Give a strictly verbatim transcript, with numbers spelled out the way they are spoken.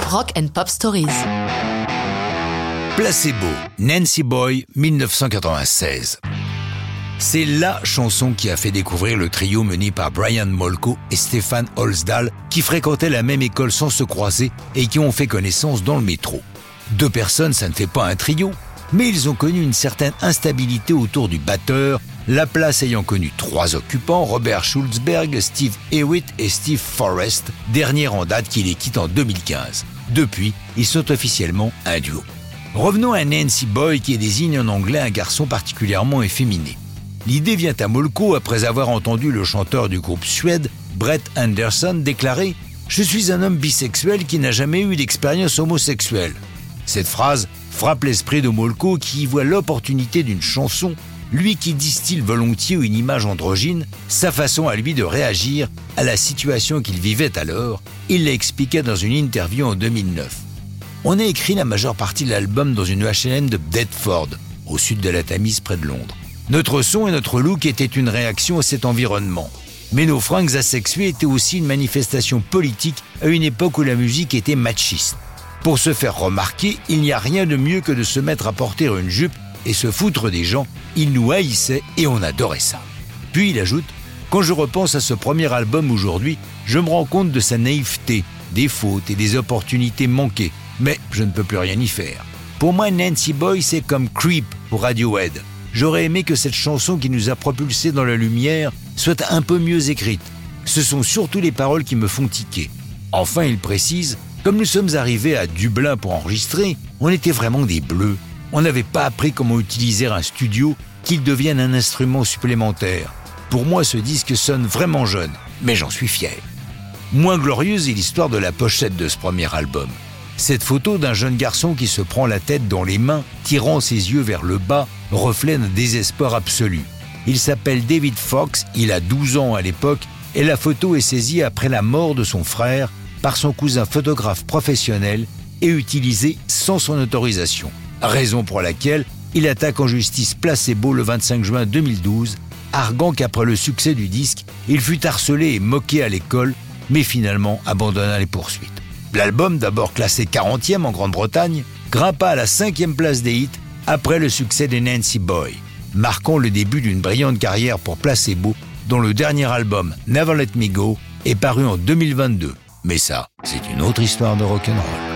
Rock and Pop Stories. Placebo, Nancy Boy, dix-neuf cent quatre-vingt-seize. C'est la chanson qui a fait découvrir le trio mené par Brian Molko et Stefan Holsdahl, qui fréquentaient la même école sans se croiser et qui ont fait connaissance dans le métro. Deux personnes, ça ne fait pas un trio, mais ils ont connu une certaine instabilité autour du batteur, la place ayant connu trois occupants, Robert Schulzberg, Steve Hewitt et Steve Forrest, dernier en date qui les quitte en deux mille quinze. Depuis, ils sont officiellement un duo. Revenons à Nancy Boy qui désigne en anglais un garçon particulièrement efféminé. L'idée vient à Molko après avoir entendu le chanteur du groupe Suède, Brett Anderson, déclarer « Je suis un homme bisexuel qui n'a jamais eu d'expérience homosexuelle ». Cette phrase frappe l'esprit de Molko qui y voit l'opportunité d'une chanson, lui qui distille volontiers une image androgyne, sa façon à lui de réagir à la situation qu'il vivait alors. Il l'a expliqué dans une interview en deux mille neuf. On a écrit la majeure partie de l'album dans une H L M de Deptford, au sud de la Tamise près de Londres. Notre son et notre look étaient une réaction à cet environnement. Mais nos fringues asexuées étaient aussi une manifestation politique à une époque où la musique était machiste. Pour se faire remarquer, il n'y a rien de mieux que de se mettre à porter une jupe et se foutre des gens. Il nous haïssait et on adorait ça. Puis il ajoute « Quand je repense à ce premier album aujourd'hui, je me rends compte de sa naïveté, des fautes et des opportunités manquées. Mais je ne peux plus rien y faire. Pour moi, Nancy Boy, c'est comme Creep pour Radiohead. J'aurais aimé que cette chanson qui nous a propulsés dans la lumière soit un peu mieux écrite. Ce sont surtout les paroles qui me font tiquer. » Enfin, il précise « Comme nous sommes arrivés à Dublin pour enregistrer, on était vraiment des bleus. On n'avait pas appris comment utiliser un studio, qu'il devienne un instrument supplémentaire. Pour moi, ce disque sonne vraiment jeune, mais j'en suis fier. » Moins glorieuse est l'histoire de la pochette de ce premier album. Cette photo d'un jeune garçon qui se prend la tête dans les mains, tirant ses yeux vers le bas, reflète un désespoir absolu. Il s'appelle David Fox, il a douze ans à l'époque, et la photo est saisie après la mort de son frère par son cousin photographe professionnel et utilisée sans son autorisation. Raison pour laquelle il attaque en justice Placebo le vingt-cinq juin deux mille douze, arguant qu'après le succès du disque, il fut harcelé et moqué à l'école, mais finalement abandonna les poursuites. L'album, d'abord classé quarantième en Grande-Bretagne, grimpa à la cinquième place des hits après le succès de Nancy Boy, marquant le début d'une brillante carrière pour Placebo, dont le dernier album, Never Let Me Go, est paru en deux mille vingt-deux. Mais ça, c'est une autre histoire de rock'n'roll.